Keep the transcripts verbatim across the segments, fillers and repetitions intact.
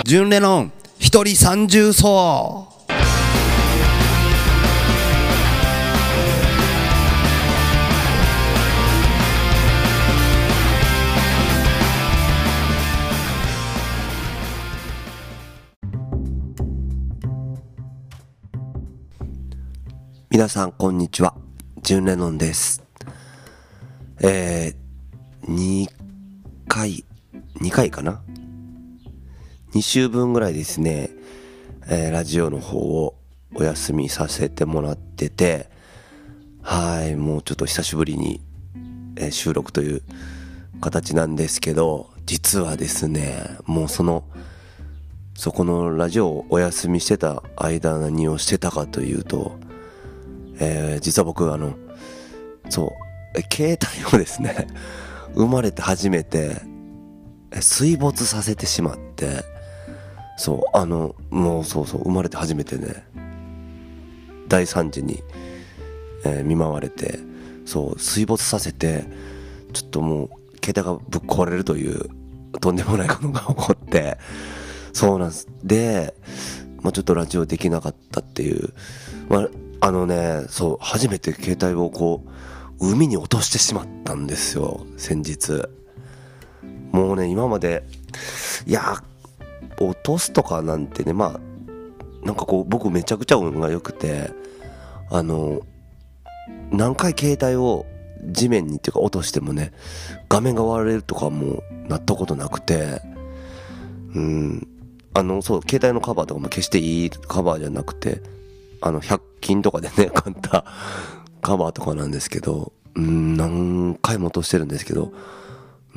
ジュンレノン一人三重奏。 皆さんこんにちは、ジュンレノンです。えー、にかい、にかいかな ?に 週分ぐらいですね、えー、ラジオの方をお休みさせてもらってて、はい、もうちょっと久しぶりに、えー、収録という形なんですけど、実はですね、もうその、そこのラジオをお休みしてた間何をしてたかというと、えー、実は僕あのそう携帯をですね生まれて初めて水没させてしまって、そうあのもうそうそう生まれて初めてね大惨事に、えー、見舞われて、そう水没させてちょっともう携帯がぶっ壊れるというとんでもないことが起こって、そうなんですで、まあ、ちょっとラジオできなかったっていう、まああのね、そう、初めて携帯をこう、海に落としてしまったんですよ、先日。もうね、今まで、いや、落とすとかなんてね、まあ、なんかこう、僕めちゃくちゃ運が良くて、あの、何回携帯を地面にっていうか落としてもね、画面が割れるとかもなったことなくて、うん、あの、そう、携帯のカバーとかも決していいカバーじゃなくて、あの、ひゃく均とかでね、買ったカバーとかなんですけど、うん、何回も落としてるんですけど、うん、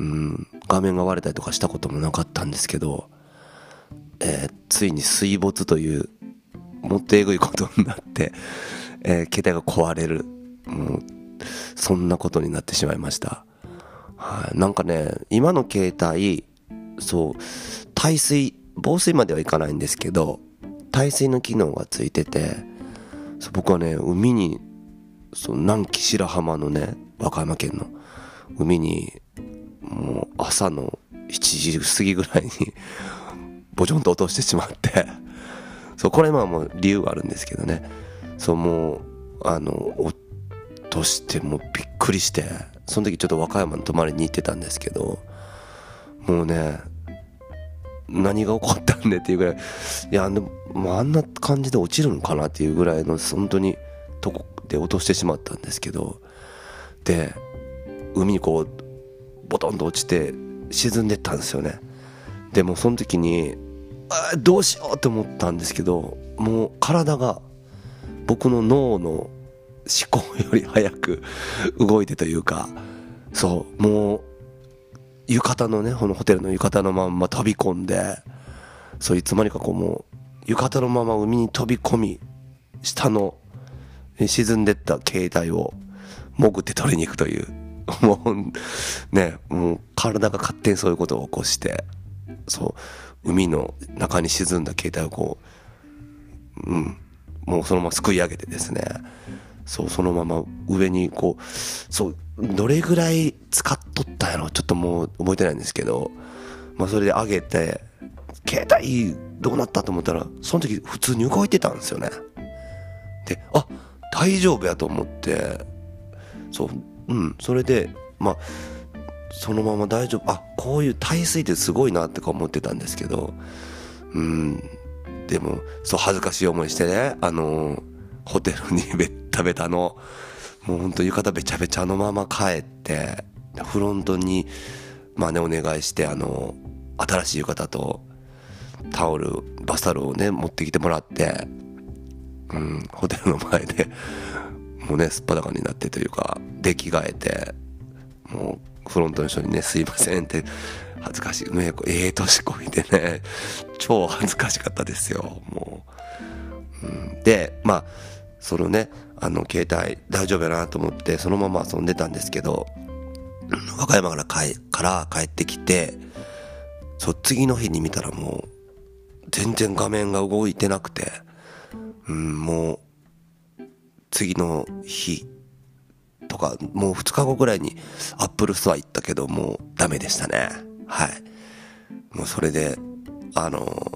画面が割れたりとかしたこともなかったんですけど、えー、ついに水没という、もっとえぐいことになって、えー、携帯が壊れる、もう、そんなことになってしまいました。はい、なんかね、今の携帯、そう、耐水、防水まではいかないんですけど、耐水の機能がついてて、僕はね海にそう南紀白浜のね和歌山県の海にもう朝のしちじ過ぎぐらいにボチョンと落としてしまって、そうこれまあもう理由があるんですけどね、そうもうあの落としてもうびっくりして、その時ちょっと和歌山に泊まりに行ってたんですけど、もうね何が起こったんでっていうぐらい、いやでも、まあ、あんな感じで落ちるのかなっていうぐらいの本当にとこで落としてしまったんですけど、で海にこうボトンと落ちて沈んでったんですよね。でもその時にあどうしようと思ったんですけど、もう体が僕の脳の思考より早く動いてというか、そうもう浴衣のね、このホテルの浴衣のまんま飛び込んで、そういつまにかこうもう浴衣のまま海に飛び込み、下の沈んでった携帯を潜って取りに行くという、もうね、もう体が勝手にそういうことを起こして、そう海の中に沈んだ携帯をこう、うん、もうそのまますくい上げてですね、そうそのまま上にこう、そうどれぐらい使っとったんやろちょっともう覚えてないんですけど、まあそれで上げて携帯どうなったと思ったら、その時普通に動いてたんですよね。で、あ大丈夫やと思って、そううんそれでまあそのまま大丈夫、あこういう耐水ってすごいなってか思ってたんですけど、うんでもそう恥ずかしい思いしてね、あのホテルにベッタベタのもうほんと浴衣べちゃべちゃのまま帰って、フロントにまあねお願いして、あの新しい浴衣とタオルバスタオルをね持ってきてもらって、うん、ホテルの前でもうねすっぱだかになってというか出来替えて、もうフロントの人にねすいませんって恥ずかしいねええ年こいてね超恥ずかしかったですよもう、うん、でまあそのねあの携帯大丈夫やなと思ってそのまま遊んでたんですけど、和歌山から帰から帰ってきて、そう次の日に見たらもう全然画面が動いてなくて、うん、もう次の日とかもうふつかごぐらいにアップルストア行ったけどもうダメでしたね。はい、もうそれであの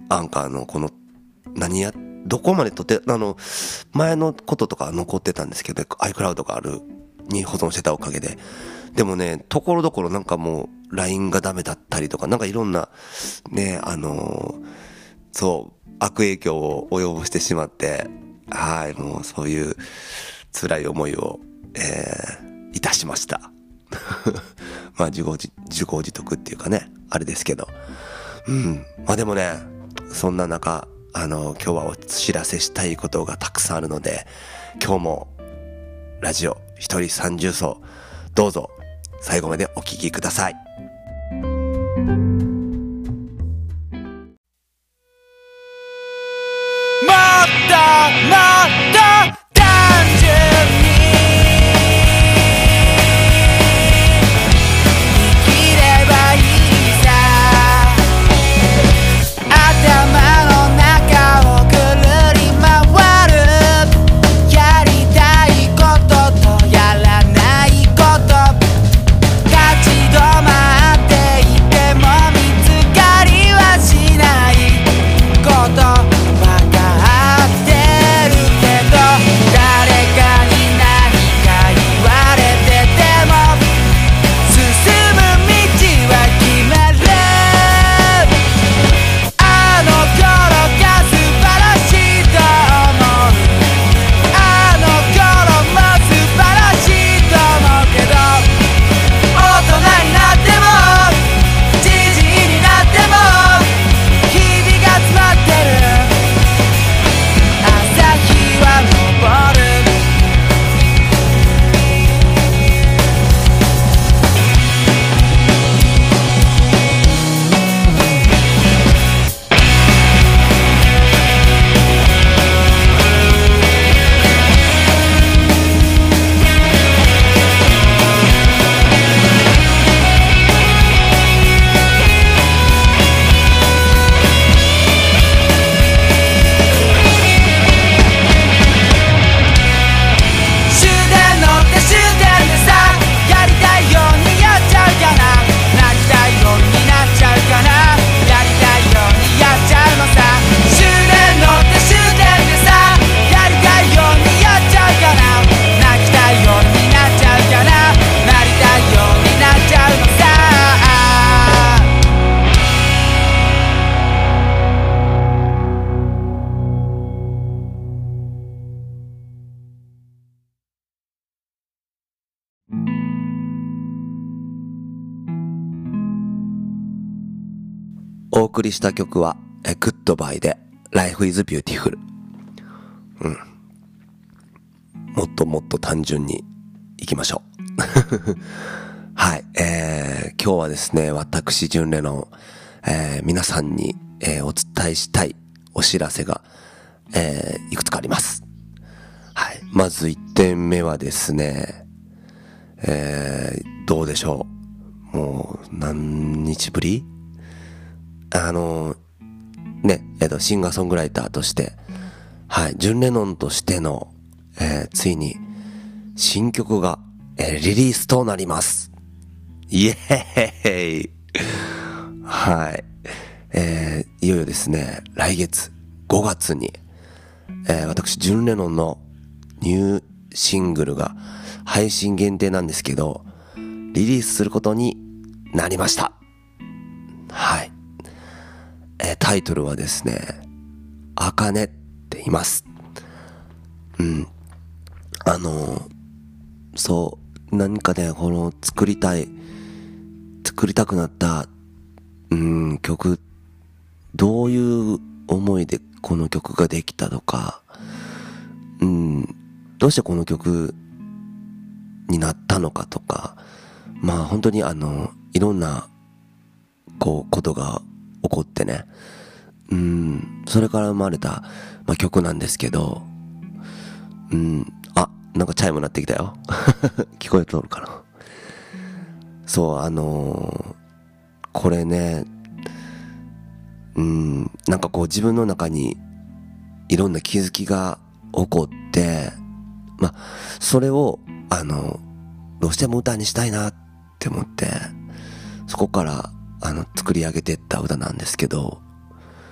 アンカーのこの、何や、どこまで撮って、あの、前のこととか残ってたんですけど、iCloud がある、に保存してたおかげで。でもね、ところどころなんかもう、ライン がダメだったりとか、なんかいろんな、ね、あのー、そう、悪影響を及ぼしてしまって、はい、もうそういう辛い思いを、えー、いたしました。まあ自業自、自業自得っていうかね、あれですけど。うん。まあでもね、そんな中、あの、今日はお知らせしたいことがたくさんあるので、今日も、ラジオ、一人三重奏、どうぞ、最後までお聞きください。 もっともっと単純に生きればいいさ。頭の中をぐるり回る。やりたいこととやらないこと、立ち止まっていても見つかりはしないことお送りした曲は、え、グッドバイで Life is Beautiful。うん。もっともっと単純に行きましょう。はい。えー、今日はですね、私、純レノン、えー、皆さんに、えー、お伝えしたいお知らせが、えー、いくつかあります。はい。まずいってんめはですね、えー、どうでしょう。もう、何日ぶりあの、ね、えっと、シンガーソングライターとして、はい、ジュン・レノンとしての、えー、ついに、新曲が、えー、リリースとなります。イエーイはい。えー、いよいよですね、来月、ごがつに、えー、私、ジュン・レノンのニューシングルが配信限定なんですけど、リリースすることになりました。はい。えー、タイトルはですね、あかねって言います。うん。あのー、そう、何かね、この作りたい、作りたくなった、うん、曲、どういう思いでこの曲ができたとか、うん、どうしてこの曲になったのかとか、まあ本当にあの、いろんな、こう、ことが起こってね、うん、それから生まれた、まあ、曲なんですけど、うん、あ、なんかチャイム鳴ってきたよ。聞こえとるかな。そう、あのー、これね、うん、なんかこう自分の中にいろんな気づきが起こって、まあ、それを、あの、どうしても歌にしたいなって思って、そこから、あの、作り上げていった歌なんですけど、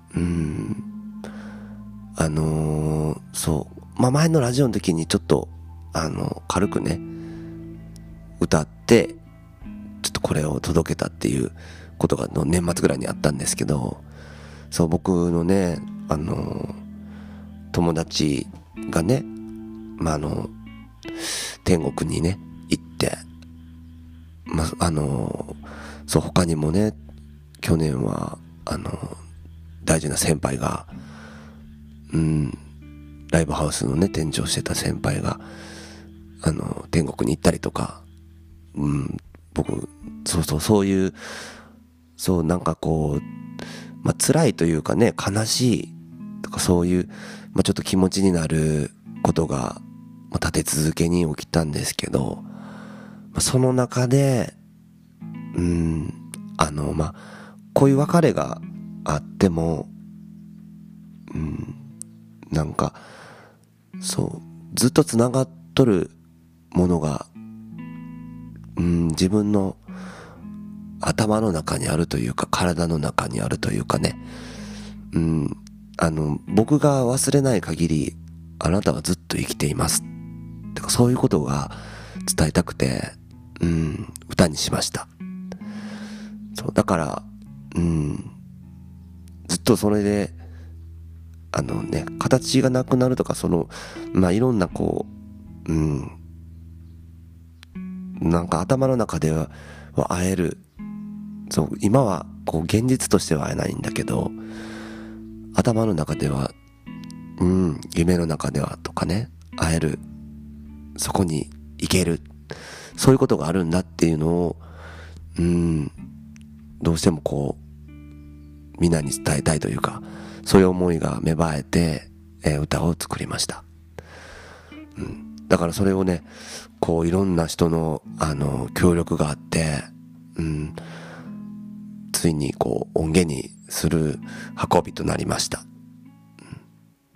うんあのー、そうまあ前のラジオの時にちょっとあの軽くね歌ってちょっとこれを届けたっていうことがの年末ぐらいにあったんですけど、そう僕のねあの友達がねまああの天国にね行ってまああのそう他にもね去年はあの大事な先輩がうんライブハウスのね店長してた先輩があの天国に行ったりとか、うん僕そうそうそういうそうなんかこうまあ辛いというかね悲しいとかそういうまあちょっと気持ちになることがまあ立て続けに起きたんですけど、まあ、その中でうんあのまあこういう別れがあってもうんなんかそうずっとつながっとるものがうん自分の頭の中にあるというか体の中にあるというかね、うんあの僕が忘れない限りあなたはずっと生きていますてかそういうことが伝えたくてうん歌にしました。そうだからうんずっとそれであのね形がなくなるとかそのまあいろんなこううんなんか頭の中では会えるそう今はこう現実としては会えないんだけど頭の中ではうん夢の中ではとかね会えるそこに行けるそういうことがあるんだっていうのをうんどうしてもこうみんなに伝えたいというかそういう思いが芽生えて、えー、歌を作りました、うん、だからそれをねこういろんな人のあの協力があって、うん、ついにこう音源にする運びとなりました、うん、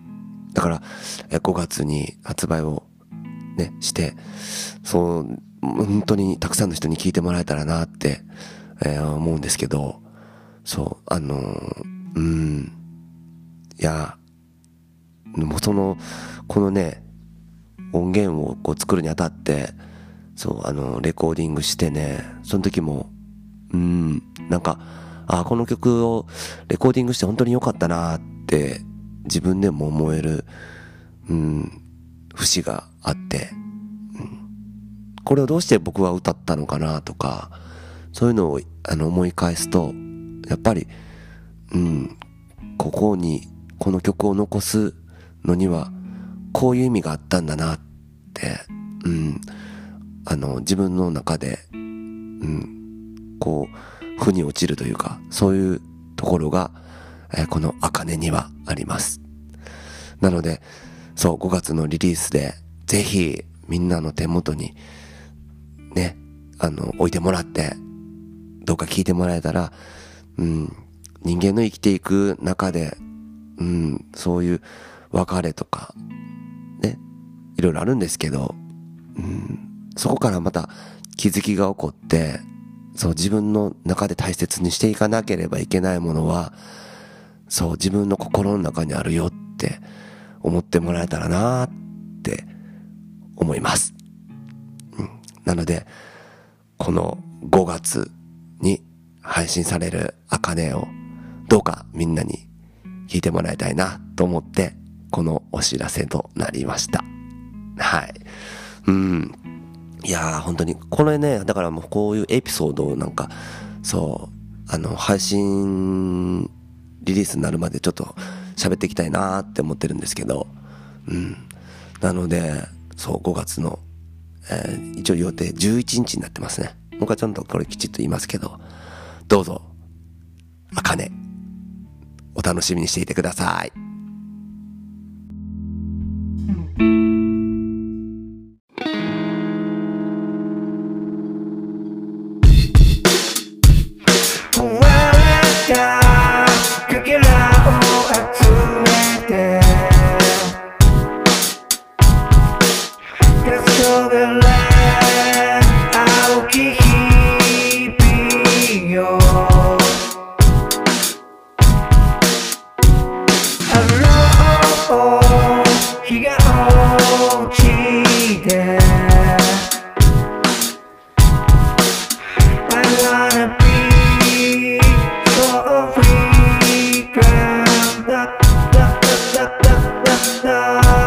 だからえごがつに発売をねしてそう本当にたくさんの人に聞いてもらえたらなって、えー、思うんですけどそうあのうんいやもうそのこのね音源をこう作るにあたってそうあのレコーディングしてねその時もうんなんかあこの曲をレコーディングして本当に良かったなって自分でも思えるうん節があって、うん、これをどうして僕は歌ったのかなとかそういうのをあの思い返すとやっぱりうんここにこの曲を残すのにはこういう意味があったんだなって、うん、あの自分の中で、うん、こう腑に落ちるというかそういうところが、えー、この茜にはあります。なのでそうごがつのリリースでぜひみんなの手元にねあの置いてもらってどうか聞いてもらえたら、うん、人間の生きていく中で、うん、そういう別れとかねいろいろあるんですけど、うん、そこからまた気づきが起こってそう自分の中で大切にしていかなければいけないものはそう自分の心の中にあるよって思ってもらえたらなって思います、うん、なのでこのごがつに配信される茜をどうかみんなに聞いてもらいたいなと思ってこのお知らせとなりました。はい。うん。いやー本当にこれねだからもうこういうエピソードをなんかそうあの配信リリースになるまでちょっと喋っていきたいなーって思ってるんですけど、うん。なのでそうごがつの、えー、一応予定じゅういちにちになってますね。もう一回ちゃんとこれきちっと言いますけどどうぞ茜お楽しみにしていてください。 「 wanna be so free, girl. Da, da, da, da, da, da.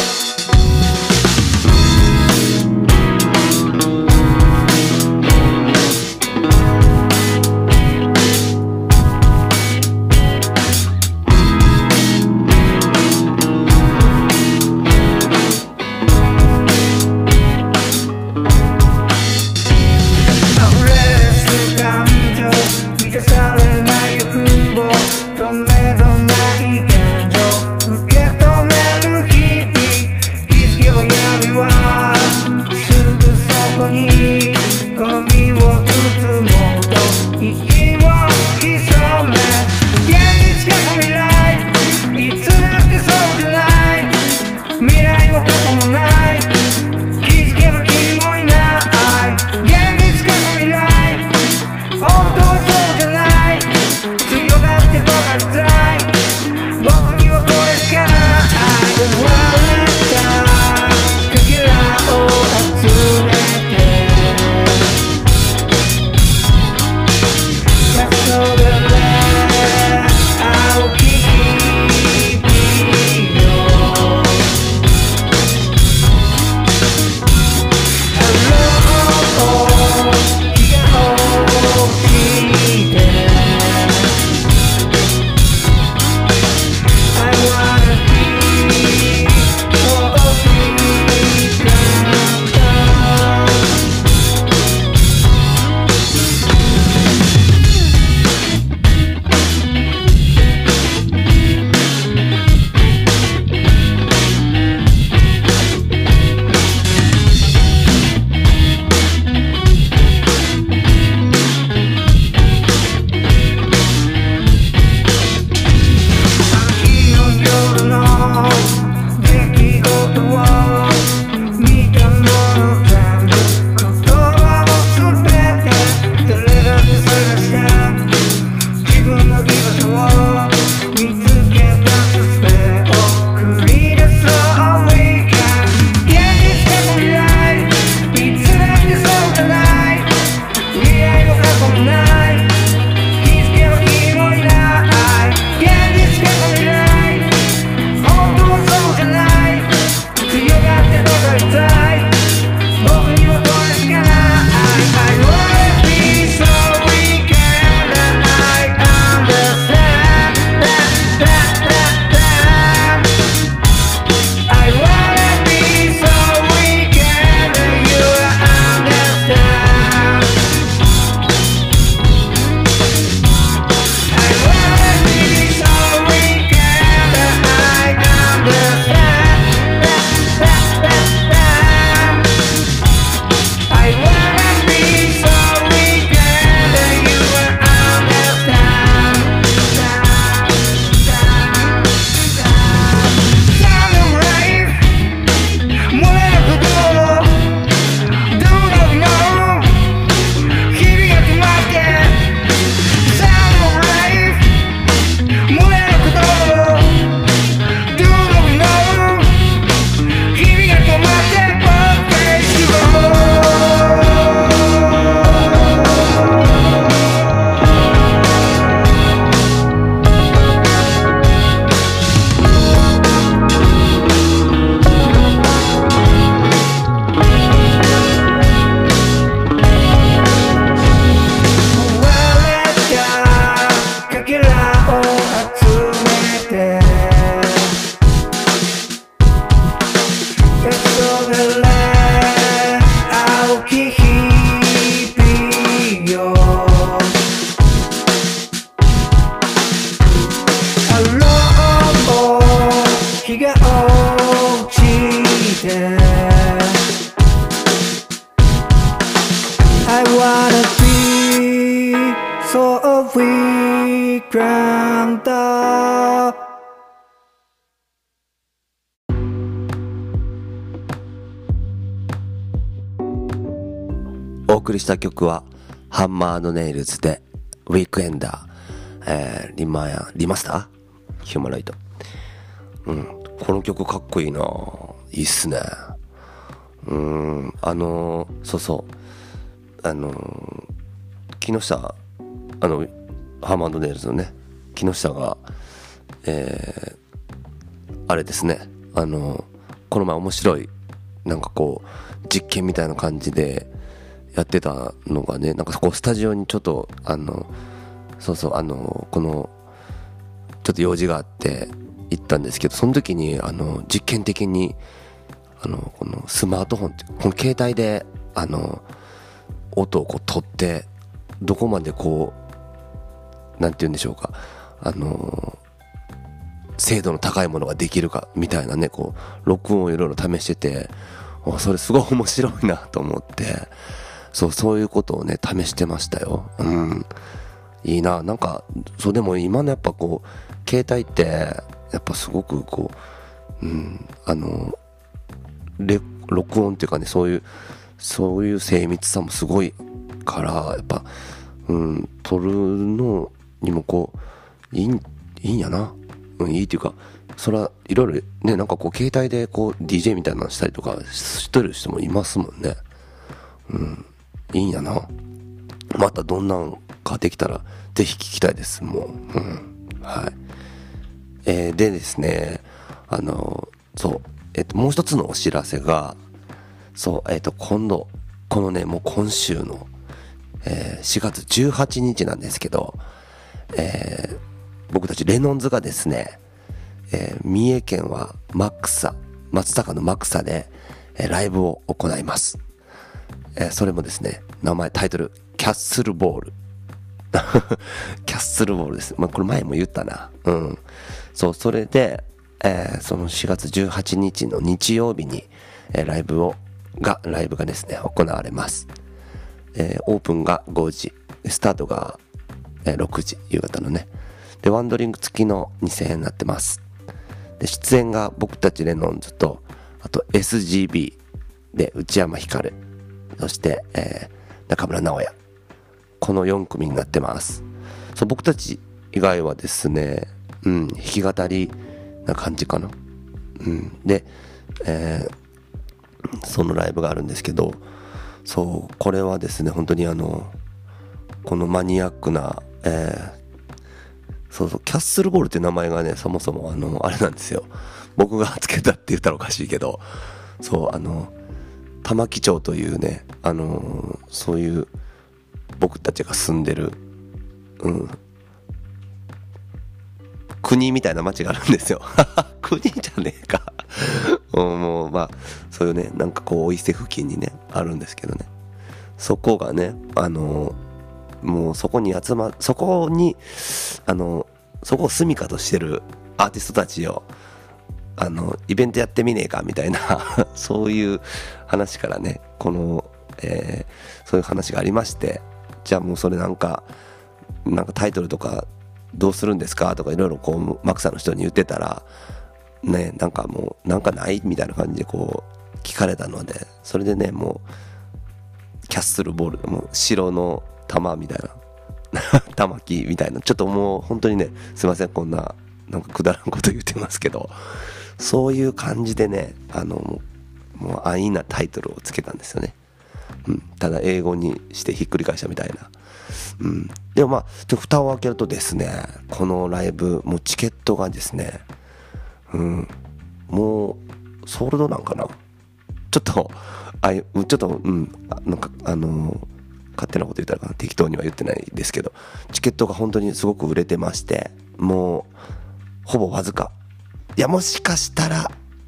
I wanna be so weak ground up. お送りした曲はハンマーネイルズでウィークエンダー、えー、リマヤリマスターヒューマンライト。うん、この曲かっこいいな、いいっすね。うん、あのー、そうそう、あのー、 木下あのハーマンドネイルズのね木下が、えー、あれですね、あのこの前面白いなんかこう実験みたいな感じでやってたのがね、なんかこうスタジオにちょっとあのそうそうあのこのちょっと用事があって行ったんですけど、その時にあの実験的にあのこのスマートフォンってこの携帯であの音をこう取ってどこまでこうなんて言うんでしょうか、あの精度の高いものができるかみたいなね、こう録音をいろいろ試してて、それすごい面白いなと思って、そうそういうことをね試してましたよ。うん、いいな。なんかそうでも今のやっぱこう携帯ってやっぱすごくこう、うん、あのレ録音っていうかね、そういうそういう精密さもすごいからやっぱ、うん、撮るのにもこういいんいいんやな、うん、いいっていうか、それはいろいろね、なんかこう携帯でこう ディージェー みたいなのしたりとかしてる人もいますもんね。うん、いいんやな。またどんなんかできたらぜひ聞きたいです。もう、うん、はい。えー、でですね、あのそうえっともう一つのお知らせが、そうえっと今度このねもう今週の、えー、しがつじゅうはちにちなんですけど、えー、僕たちレノンズがですね、えー、三重県はマクサ松阪のマクサで、えー、ライブを行います。えー、それもですね、名前タイトルキャッスルボールキャッスルボールです。まあこれ前も言ったな。うん。そう、それで、えー、そのしがつじゅうはちにちの日曜日に、えー、ライブをがライブがですね行われます。えー、オープンがごじ、スタートが、えー、ろくじ、夕方のね。でワンドリンク付きのにせんえんになってます。で出演が僕たちレノンズと、あと エスジービー で内山ひかる、そして、えー、中村直哉、このよんくみになってます。そう、僕たち以外はですね、うん、弾き語りな感じかな。うん、で、えー、そのライブがあるんですけど、そうこれはですね本当にあのこのマニアックな、えー、そうそうキャッスルボールって名前がねそもそもあのあれなんですよ。僕がつけたって言ったらおかしいけど、そうあの玉城町というね、あのそういう僕たちが住んでる、うん、国みたいな町があるんですよ国じゃねえかもうまあそういうねなんかこうお伊勢付近にねあるんですけどね、そこがねあのもうそこに集まそこにあのそこを住処としてるアーティストたちをあのイベントやってみねえかみたいなそういう話からねこの、えー、そういう話がありまして、じゃあもうそれなんかなんかタイトルとかどうするんですかとかいろいろこうマクサの人に言ってたらね、なんかもうなんかないみたいな感じでこう聞かれたので、それでねもうキャッスルボールもう城の玉みたいな玉木みたいな、ちょっともう本当にねすいませんこんななんかくだらんこと言ってますけど、そういう感じでねあのもう安易なタイトルをつけたんですよね。うん、ただ英語にしてひっくり返したみたいな。うん、でもまあちょっと蓋を開けるとですね、このライブもうチケットがですね、うん、もうソールドなんかな、ちょっとあちょっとうんなんかあのー、勝手なこと言ったらかな、適当には言ってないですけど、チケットが本当にすごく売れてまして、もうほぼわずか、いやもしかしたら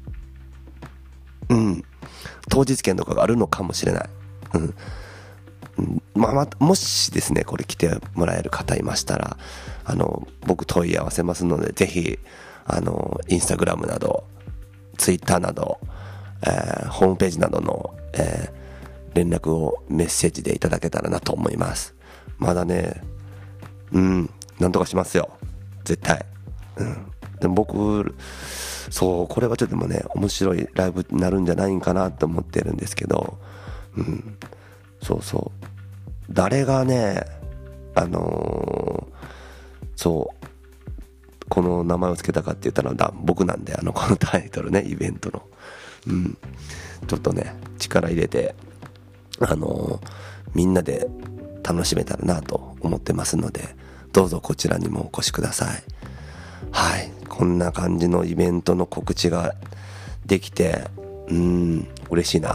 うん当日券とかがあるのかもしれない。うんまあ、まもしですねこれ来てもらえる方いましたら、あの僕問い合わせますので、ぜひあのインスタグラムなどツイッターなど、えー、ホームページなどの、えー、連絡をメッセージでいただけたらなと思います。まだねうんなんとかしますよ絶対。うん、でも僕そうこれはちょっとでもね面白いライブになるんじゃないんかなと思ってるんですけど、うんそうそう誰がねあのー、そうこの名前を付けたかって言ったらだ僕なんで、あのこのタイトルねイベントの、うん、ちょっとね力入れてあのー、みんなで楽しめたらなと思ってますので、どうぞこちらにもお越しください。はい、こんな感じのイベントの告知ができて、うーん嬉しい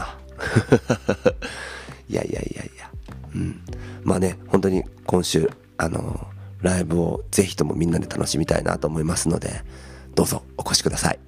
ないやいやいやいや、うん、まあね、本当に今週あのライブをぜひともみんなで楽しみたいなと思いますので、どうぞお越しください。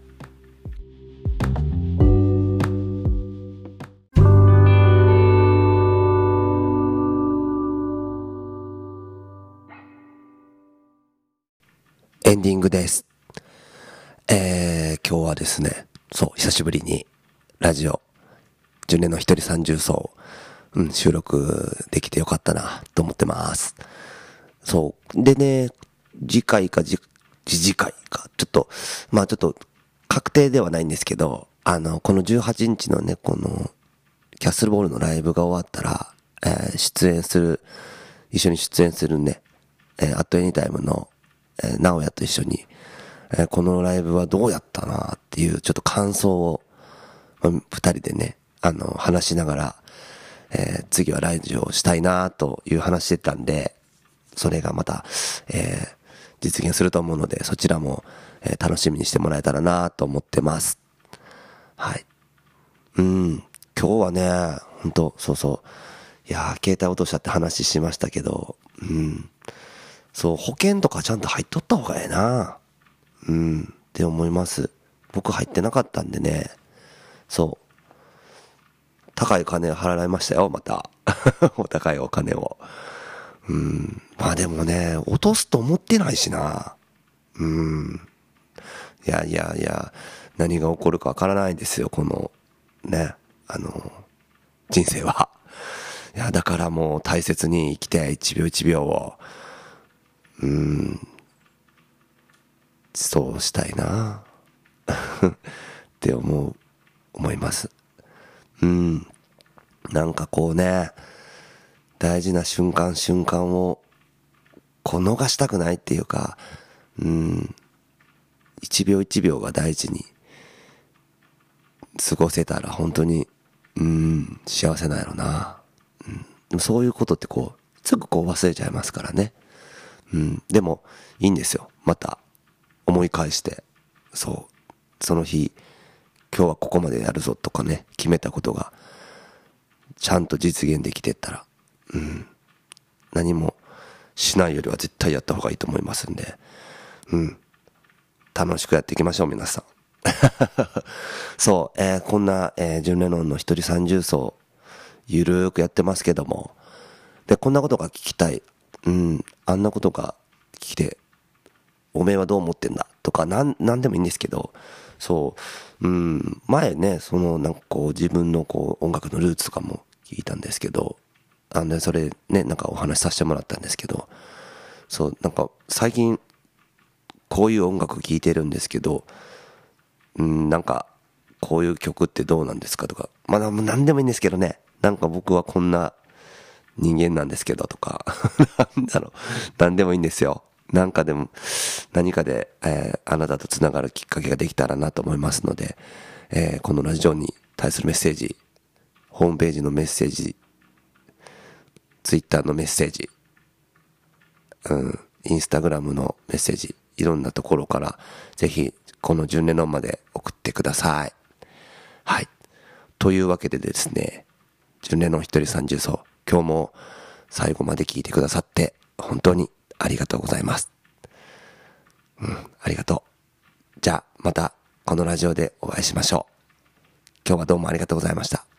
エンディングです。えー、今日はですね、そう久しぶりにラジオじゅうねんの一人三重奏、うん、収録できてよかったなと思ってます。そうでね、次回か次次回かちょっとまあちょっと確定ではないんですけど、あのこのじゅうはちにちのね、このキャッスルボールのライブが終わったら、えー、出演する一緒に出演するね、えー、アットエニタイムのえー、直哉と一緒に、えー、このライブはどうやったなっていうちょっと感想を、まあ、二人でね、あの話しながら、えー、次はラジオをしたいなという話してたんで、それがまた、えー、実現すると思うので、そちらも、えー、楽しみにしてもらえたらなと思ってます。はい。うん、今日はね、本当そうそう、いやー携帯落としたって話しましたけど、うん。そう、保険とかちゃんと入っとった方がええなうんって思います。僕入ってなかったんでね、そう高い金を払いましたよ、またお高いお金を。うんまあでもね、落とすと思ってないしな。うんいやいやいや、何が起こるかわからないですよ、このね、あの人生は。いやだからもう大切に生きて、一秒一秒をうーんそうしたいなって思う思います。うんなんかこうね、大事な瞬間瞬間をこう逃したくないっていうか、うん一秒一秒が大事に過ごせたら本当にうん幸せなんやろな、うん、でもそういうことってこうすぐこう忘れちゃいますからね。うん、でもいいんですよ。また思い返して、そうその日今日はここまでやるぞとかね、決めたことがちゃんと実現できてったら、うん、何もしないよりは絶対やった方がいいと思いますんで、うん、楽しくやっていきましょう皆さん。そう、えー、こんな、えー、ジュンレノンの一人三重奏ゆるーくやってますけども、でこんなことが聞きたい、うん、あんなことが聞いて、おめえはどう思ってんだとか、なん、なんでもいいんですけど、そう、うん、前ね、そのなんかこう自分のこう音楽のルーツとかも聞いたんですけど、あのそれね、なんかお話しさせてもらったんですけど、そう、なんか最近こういう音楽聴いてるんですけど、うん、なんかこういう曲ってどうなんですかとか、まあなんでもいいんですけどね、なんか僕はこんな人間なんですけどとかなんだろう、なんでもいいんですよ。なんかでも何かで、えー、あなたとつながるきっかけができたらなと思いますので、えー、このラジオに対するメッセージ、ホームページのメッセージ、ツイッターのメッセージ、うん、インスタグラムのメッセージ、いろんなところからぜひこのじゅうねんのまで送ってください。はい。というわけでですね、じゅうねんの一人三重奏、今日も最後まで聞いてくださって本当にありがとうございます。うん、ありがとう。じゃあまたこのラジオでお会いしましょう。今日はどうもありがとうございました。